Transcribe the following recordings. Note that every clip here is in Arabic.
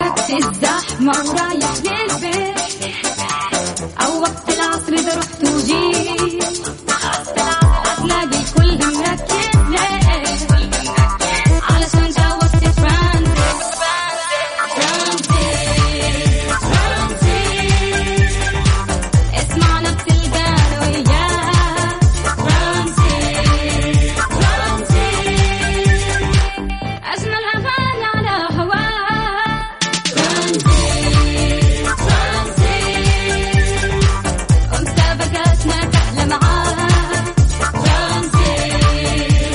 وقت الزحمة ورايح للبيت أو وقت العصر إذا رحت وجيت هتلاقي الكل مركز علشان جاوزت ترانزيت اسمع نفس البال وياك ترانزيت أجمل أغاني على هواك ترانزيت ومسابقاتنا تحلى معاك ترانزيت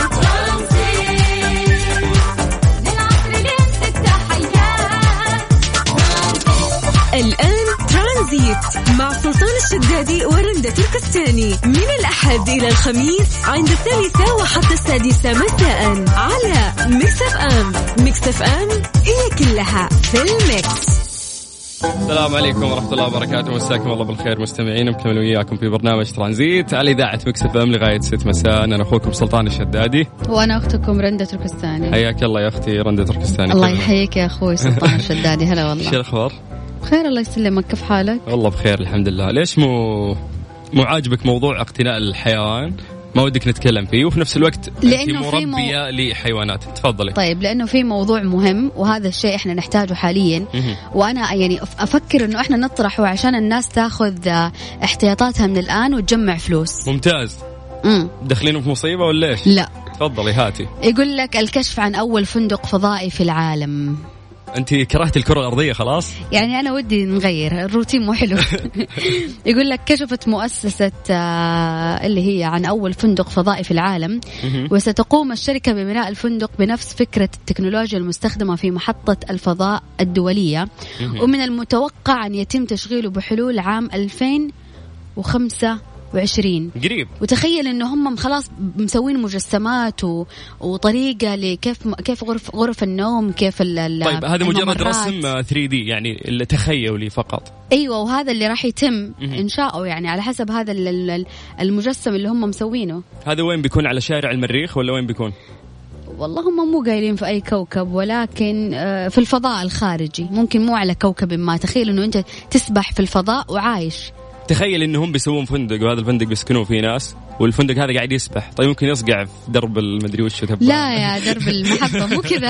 للعصر لين 6 حياك. الآن ترانزيت مع سلطان الشدادي ورندة تركستاني من الأحد إلى الخميس عند 3 وحتى 6 مساء على ميكس اف ام. ميكس اف ام هي كلها في الميكس. السلام عليكم ورحمة الله وبركاته، مساكم الله بالخير مستمعين، مكمل وياكم في برنامج ترانزيت على إذاعة ميكس اف ام لغاية 6 مساء. أنا أخوكم سلطان الشدادي وأنا أختكم رندة تركستاني. حياك الله يا أختي رندة تركستاني. الله يحييك يا أخوي سلطان الشدادي. هلا والله. شو الأخبار؟ بخير الله يسلمك، كيف حالك؟ والله بخير الحمد لله. ليش مو عاجبك موضوع اقتناء الحيوان؟ ما ودك نتكلم فيه وفي نفس الوقت لأنه في مربية لحيوانات. تفضلي. طيب لأنه في موضوع مهم وهذا الشيء إحنا نحتاجه حاليا وأنا يعني أفكر إنه إحنا نطرحه عشان الناس تاخذ احتياطاتها من الآن وتجمع فلوس. ممتاز. دخلينه في مصيبة ولا إيش؟ لا. تفضلي هاتي. يقول لك الكشف عن أول فندق فضائي في العالم. أنت كرهت الكرة الأرضية خلاص؟ يعني أنا ودي نغير الروتين مو حلو. يقول لك كشفت مؤسسة اللي هي عن أول فندق فضائي في العالم، وستقوم الشركة ببناء الفندق بنفس فكرة التكنولوجيا المستخدمة في محطة الفضاء الدولية، ومن المتوقع أن يتم تشغيله بحلول عام 2025 قريب. وتخيل إنه هم خلاص مسوين مجسمات وطريقة لكيف غرف النوم، كيف طيب هذا مجرد رسم 3D يعني التخيلي فقط. أيوة، وهذا اللي راح يتم إنشاؤه يعني على حسب هذا المجسم اللي هم مسوينه. هذا وين بيكون؟ على شارع المريخ ولا وين بيكون؟ والله هم مو قايلين في أي كوكب، ولكن في الفضاء الخارجي، ممكن مو على كوكب ما. تخيل إنه أنت تسبح في الفضاء وعايش. تخيل إنهم بيسوون فندق وهذا الفندق بيسكنوا فيه ناس والفندق هذا قاعد يسبح. طيب ممكن يصقع في درب المدري وش تبغى. لا يا درب المحبة مو كذا.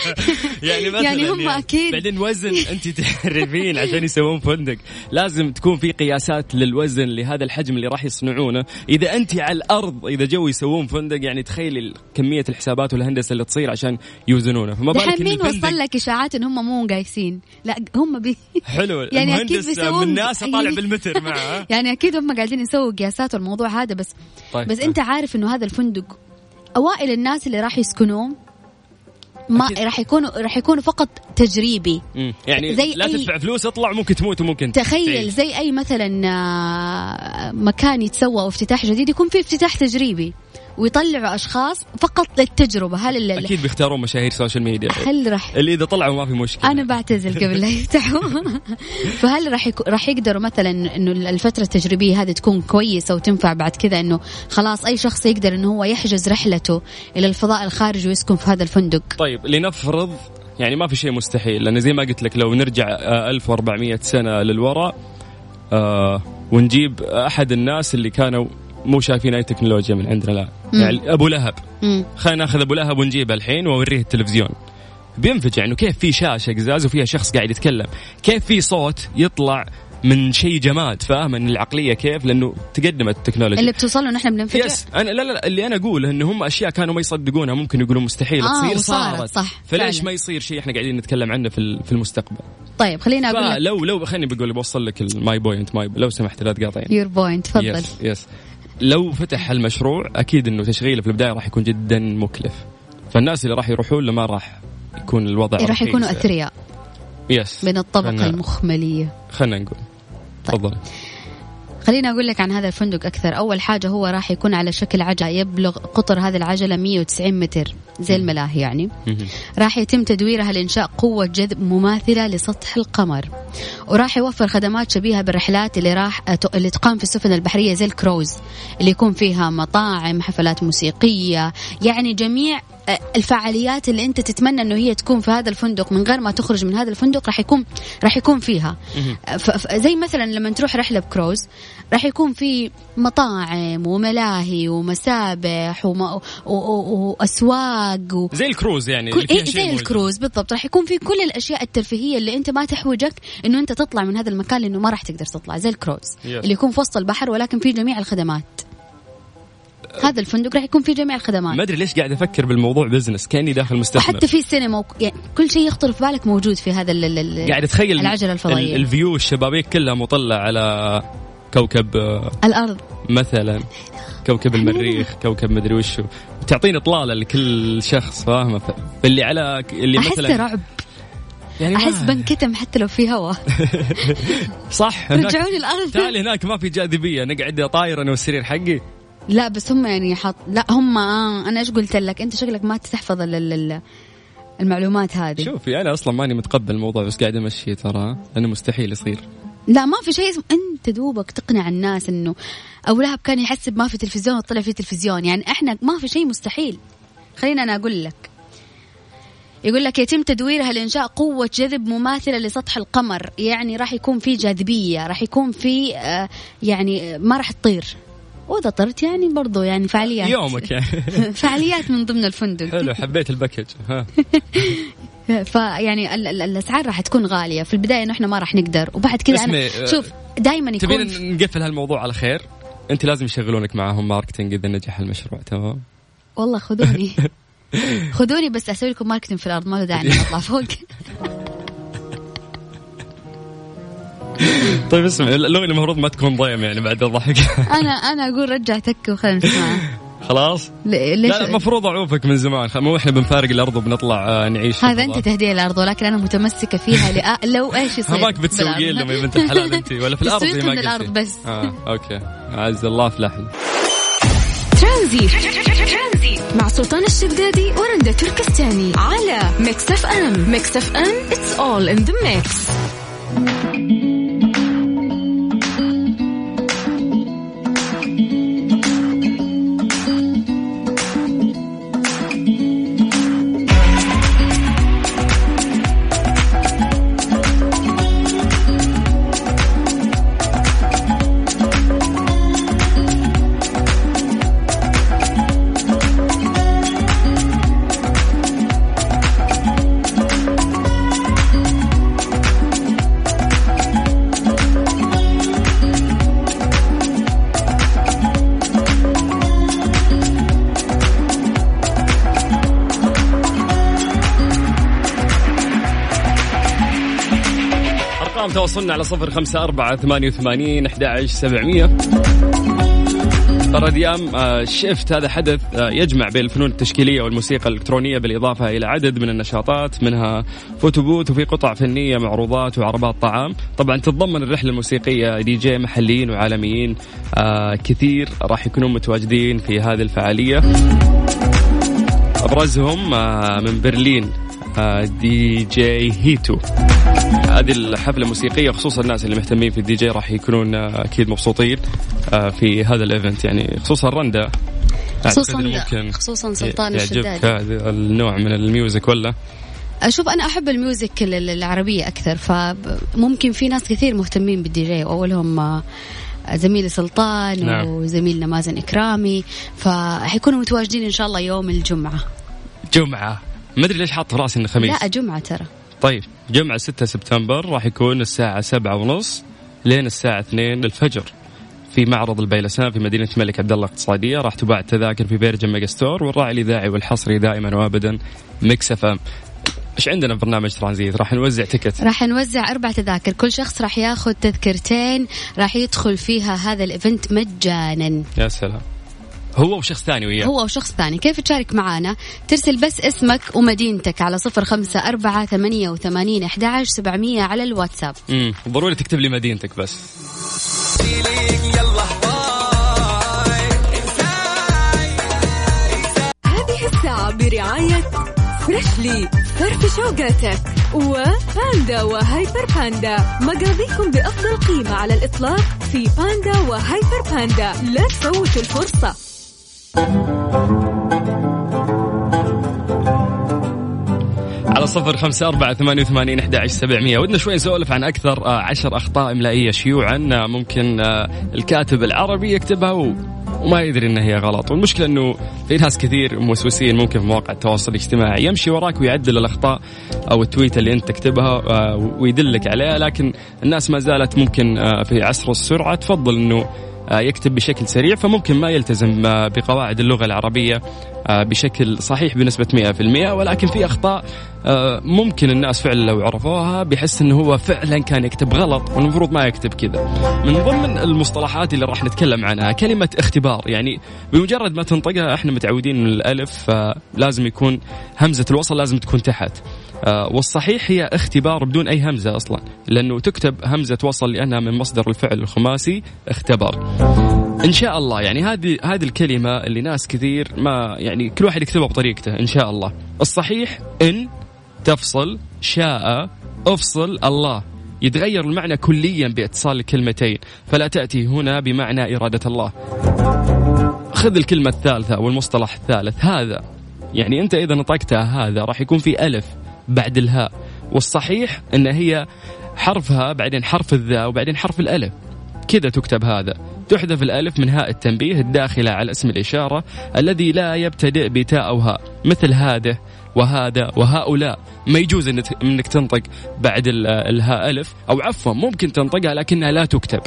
يعني هم أكيد. بعدين وزن أنت تعرفين عشان يسوون فندق لازم تكون في قياسات للوزن لهذا الحجم اللي راح يصنعونه. إذا أنت على الأرض إذا جو يسوون فندق يعني تخيل كمية الحسابات والهندسة اللي تصير عشان يوزنونه. فما بالك مين وصل لك إشاعات إن هم مو قايسين؟ لا هم حلو. يعني المهندس من ناس طالع بالمتر معه. يعني أكيد هم قاعدين يسووا قياسات والموضوع هذا بس. طيب. بس أنت عارف إنه هذا الفندق أوائل الناس اللي راح يسكنوه ما راح يكونوا فقط تجريبي. يعني زي لا تدفع فلوس اطلع ممكن تموت وممكن تخيل تعيش. زي أي مثلا مكان يتسوى افتتاح جديد يكون فيه افتتاح تجريبي ويطلعوا أشخاص فقط للتجربة. هل أكيد بيختارون مشاهير سوشيال ميديا اللي إذا طلعوا ما في مشكلة. أنا بعتزل قبل لا يفتحوا. فهل راح يقدروا مثلا إنه الفترة التجريبية هذه تكون كويسة وتنفع بعد كذا إنه خلاص أي شخص يقدر إنه هو يحجز رحلته إلى الفضاء الخارجي ويسكن في هذا الفندق؟ طيب لنفرض يعني ما في شيء مستحيل، لأن زي ما قلت لك لو نرجع 1400 سنة للوراء ونجيب أحد الناس اللي كانوا مو شايفين أي تكنولوجيا من عندنا لا يعني أبو لهب. خلينا ناخذ أبو لهب ونجيبه الحين ووريه التلفزيون بينفجع إنه كيف في شاشة قزاز وفيها شخص قاعد يتكلم، كيف في صوت يطلع من شيء جماد. فاهم ان العقليه كيف؟ لانه تقدمت التكنولوجيا اللي بتوصله نحن بننفجع. انا لا اللي انا اقول ان هم اشياء كانوا ما يصدقونها ممكن يقولون مستحيل تصير صارت. صح. فليش فعلا. ما يصير شيء احنا قاعدين نتكلم عنه في المستقبل؟ طيب خلينا اقول لو خليني بقول بوصل لك الماي بوينت لو سمحت لا تقاطعين. يور بوينت تفضل. يس لو فتح المشروع اكيد انه تشغيله في البدايه راح يكون جدا مكلف، فالناس اللي راح يروحون له ما راح يكون الوضع راح يكونوا اثرياء من الطبقه المخمليه خلينا نقول. تفضل. خلينا أقول لك عن هذا الفندق أكثر. أول حاجة هو راح يكون على شكل عجلة، يبلغ قطر هذه العجلة 190 متر زي الملاهي يعني. راح يتم تدويرها لإنشاء قوة جذب مماثلة لسطح القمر، وراح يوفر خدمات شبيهة بالرحلات اللي تقام في السفن البحرية زي الكروز اللي يكون فيها مطاعم، حفلات موسيقية، يعني جميع الفعاليات اللي أنت تتمنى إنه هي تكون في هذا الفندق من غير ما تخرج من هذا الفندق راح يكون فيها. زي مثلا لما تروح رحلة بكروز راح يكون في مطاعم وملاهي ومسابح وأسواق زي الكروز يعني زي الكروز بالضبط. راح يكون في كل الأشياء الترفيهية اللي أنت ما تحوجك إنه أنت تطلع من هذا المكان لأنه ما راح تقدر تطلع، زي الكروز اللي يكون في وسط البحر ولكن فيه جميع الخدمات. هذا الفندق راح يكون فيه جميع الخدمات. ما أدري ليش قاعد أفكر بالموضوع بزنس كأني داخل مستثمر. وحتى في سينما يعني كل شيء يخطر في بالك موجود في هذا قاعد أتخيل العجلة الفضائية. الفيو الشبابيك كلها مطلع على كوكب الأرض مثلا، كوكب المريخ، كوكب مدري وشو، تعطيني إطلالة لكل شخص فاهمة. اللي على اللي أحس مثلا رعب يعني أحس بنكتم حتى لو في هوا. صح رجعوني الأرض. تعالي هناك ما في جاذبية، نقعد طاير أنا والسرير حقي. لا بس هم يعني لا هم أنا إيش قلت لك، أنت شكلك ما تحفظ المعلومات هذه. شوفي أنا أصلا ماني متقبل الموضوع بس قاعد أمشي ترى لأنه مستحيل يصير. لا ما في شيء اسمه أنت دوبك تقنع الناس إنه أبو لهب كان يحسب ما في تلفزيون وطلع في تلفزيون. يعني إحنا ما في شيء مستحيل. خلينا أنا أقول لك، يقول لك يتم تدويرها لإنشاء قوة جذب مماثلة لسطح القمر. يعني راح يكون في جاذبية، راح يكون في يعني ما راح تطير، وإذا طرت يعني برضو يعني فعاليات يومك يعني فعاليات من ضمن الفندق. حلو حبيت الباكج ها. فيعني الأسعار راح تكون غالية في البداية، إنه إحنا ما راح نقدر. وبعد كذا أنا شوف دايما يكون تبين نقفل هالموضوع على خير. أنت لازم يشغلونك معهم ماركتينج إذا نجح المشروع. تمام والله خذوني خذوني بس أسوي لكم ماركتينج في الأرض، ما له داعي نطلع فوق. طيب اسمع، الأغنية المفروض ما تكون ضيم يعني بعد الضحك. أنا أقول رجع تك وخلنا نسمعها. خلاص لا المفروض أعوفك من زمان، مو إحنا بنفارق الأرض وبنطلع نعيش. هذا أنت تهديه الأرض ولكن أنا متمسكة فيها لو إيش يصير. هماك بتسوقين لما يا بنت الحلال أنت ولا في الأرض زي ما قلتي. الأرض بس. أوكي عز الله فلحل. ترانزيت مع سلطان الشدادي ورندا تركستاني على ميكس اف ام. ميكس اف ام it's all in the mix. تواصلنا على 0548811700. الراديام شيفت هذا حدث يجمع بين الفنون التشكيلية والموسيقى الإلكترونية بالإضافة إلى عدد من النشاطات، منها فوتوبوث وفي قطع فنية، معروضات وعربات طعام. طبعا تتضمن الرحلة الموسيقية دي جي محليين وعالميين كثير راح يكونون متواجدين في هذه الفعالية. أبرزهم من برلين دي جي هيتو. هذه الحفلة موسيقية خصوصا الناس اللي مهتمين في الدي جي راح يكونون أكيد مبسوطين في هذا الإيفنت. يعني خصوصا رندا خصوصا سلطان الشدادي هذا النوع من الميوزك. ولا أشوف أنا أحب الميوزك العربية أكثر، فممكن في ناس كثير مهتمين بالدي جي، وأولهم زميلي سلطان. نعم. وزميلنا مازن إكرامي، فحيكونوا متواجدين إن شاء الله يوم الجمعة. ما أدري ليش حاط راسي إنه خميس. لا جمعة ترى. طيب جمعة 6 سبتمبر راح يكون الساعة 7:30 لين الساعة 2 الفجر في معرض البيلسان في مدينة الملك عبدالله الاقتصادية. راح تباع التذاكر في بيرجن ميجا ستور، والراعي الإذاعي والحصري دائما وابدا ميكس اف ام. ايش عندنا في برنامج ترانزيت؟ راح نوزع تيكت، راح نوزع 4 تذاكر، كل شخص راح ياخذ تذكرتين، راح يدخل فيها هذا الإيفنت مجانا. يا سلام. هو وشخص ثاني وياه. هو وشخص ثاني. كيف تشارك معنا؟ ترسل بس اسمك ومدينتك على 0548811700 على الواتساب. ضروري تكتب لي مدينتك بس. هذه الساعة برعاية فريشلي فرف شوقاتك وباندا وهايبر باندا، مقاضيكم بأفضل قيمة على الإطلاق في باندا وهايبر باندا. لا تفوتوا الفرصة. على 0548811700. ودنا شوي نسولف عن أكثر 10 أخطاء إملائية شيوعا ممكن الكاتب العربي يكتبها وما يدري إنها هي غلط. والمشكلة إنه في ناس كثير موسوسين ممكن في مواقع التواصل الاجتماعي يمشي وراك ويعدل الأخطاء أو التويت اللي أنت تكتبها ويدلك عليها، لكن الناس ما زالت ممكن في عصر السرعة تفضل إنه يكتب بشكل سريع، فممكن ما يلتزم بقواعد اللغة العربية بشكل صحيح بنسبة 100%. ولكن في أخطاء ممكن الناس فعلا لو عرفوها بيحس أنه هو فعلا كان يكتب غلط والمفروض ما يكتب كذا. من ضمن المصطلحات اللي راح نتكلم عنها كلمة اختبار. يعني بمجرد ما تنطقها احنا متعودين من الألف لازم يكون همزة الوصل لازم تكون تحت، والصحيح هي اختبار بدون أي همزة أصلا، لأنه تكتب همزة وصل لأنها من مصدر الفعل الخماسي اختبر. إن شاء الله يعني هذه الكلمة اللي ناس كثير ما يعني كل واحد يكتبها بطريقته. إن شاء الله الصحيح إن تفصل شاء افصل الله، يتغير المعنى كليا باتصال الكلمتين، فلا تأتي هنا بمعنى إرادة الله. خذ الكلمة الثالثة أو المصطلح الثالث هذا، يعني أنت إذا نطقتها هذا راح يكون في ألف بعد الهاء، والصحيح أن هي حرفها بعدين حرف الذاء وبعدين حرف الألف، كذا تكتب هذا. تحذف الألف من هاء التنبيه الداخلة على اسم الإشارة الذي لا يبتدئ بتاء أو هاء، مثل هذا وهذا وهؤلاء. ما يجوز أنك تنطق بعد الهاء ألف، أو عفوا ممكن تنطقها لكنها لا تكتب.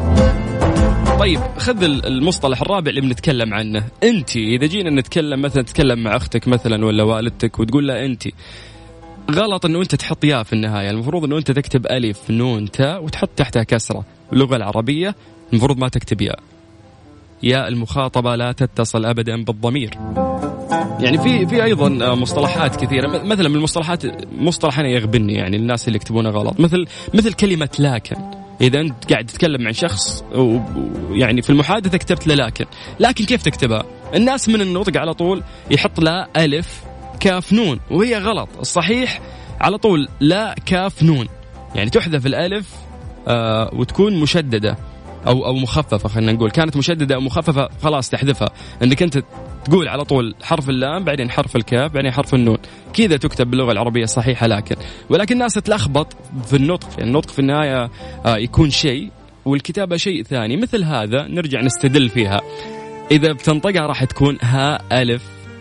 طيب خذ المصطلح الرابع اللي بنتكلم عنه، أنت. إذا جينا نتكلم مثلا تتكلم مع أختك مثلا ولا والدتك وتقول لها أنت، غلط أنه أنت تحط ياء في النهاية. المفروض أنه أنت تكتب ألف نون تاء وتحط تحتها كسرة. باللغة العربية المفروض ما تكتب ياء المخاطبة لا تتصل أبدا بالضمير. يعني في أيضا مصطلحات كثيرة، مثلا من المصطلحات مصطلح أنا يغبني يعني الناس اللي يكتبونه غلط، مثل كلمة لكن. إذا أنت قاعد تتكلم عن شخص يعني في المحادثة كتبت لكن كيف تكتبها؟ الناس من النطق على طول يحط لا ألف كاف نون، وهي غلط. الصحيح على طول لا كاف نون، يعني تحذف الألف وتكون مشددة أو مخففة. خلينا نقول كانت مشددة أو مخففة خلاص تحذفها، أنك أنت تقول على طول حرف اللام بعدين حرف الكاف بعدين حرف النون، كذا تكتب باللغة العربية صحيحة. ولكن الناس تلخبط في النطق، يعني النطق في النهاية يكون شيء والكتابة شيء ثاني. مثل هذا نرجع نستدل فيها، إذا بتنطقها راح تكون ها ألف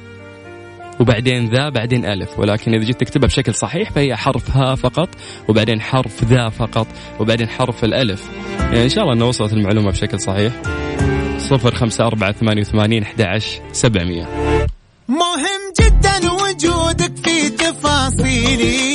وبعدين ذا بعدين ألف، ولكن إذا جيت تكتبها بشكل صحيح فهي حرف ها فقط وبعدين حرف ذا فقط وبعدين حرف الألف. يعني إن شاء الله أنه وصلت المعلومة بشكل صحيح. 0548811700. مهم جدا وجودك في تفاصيلي،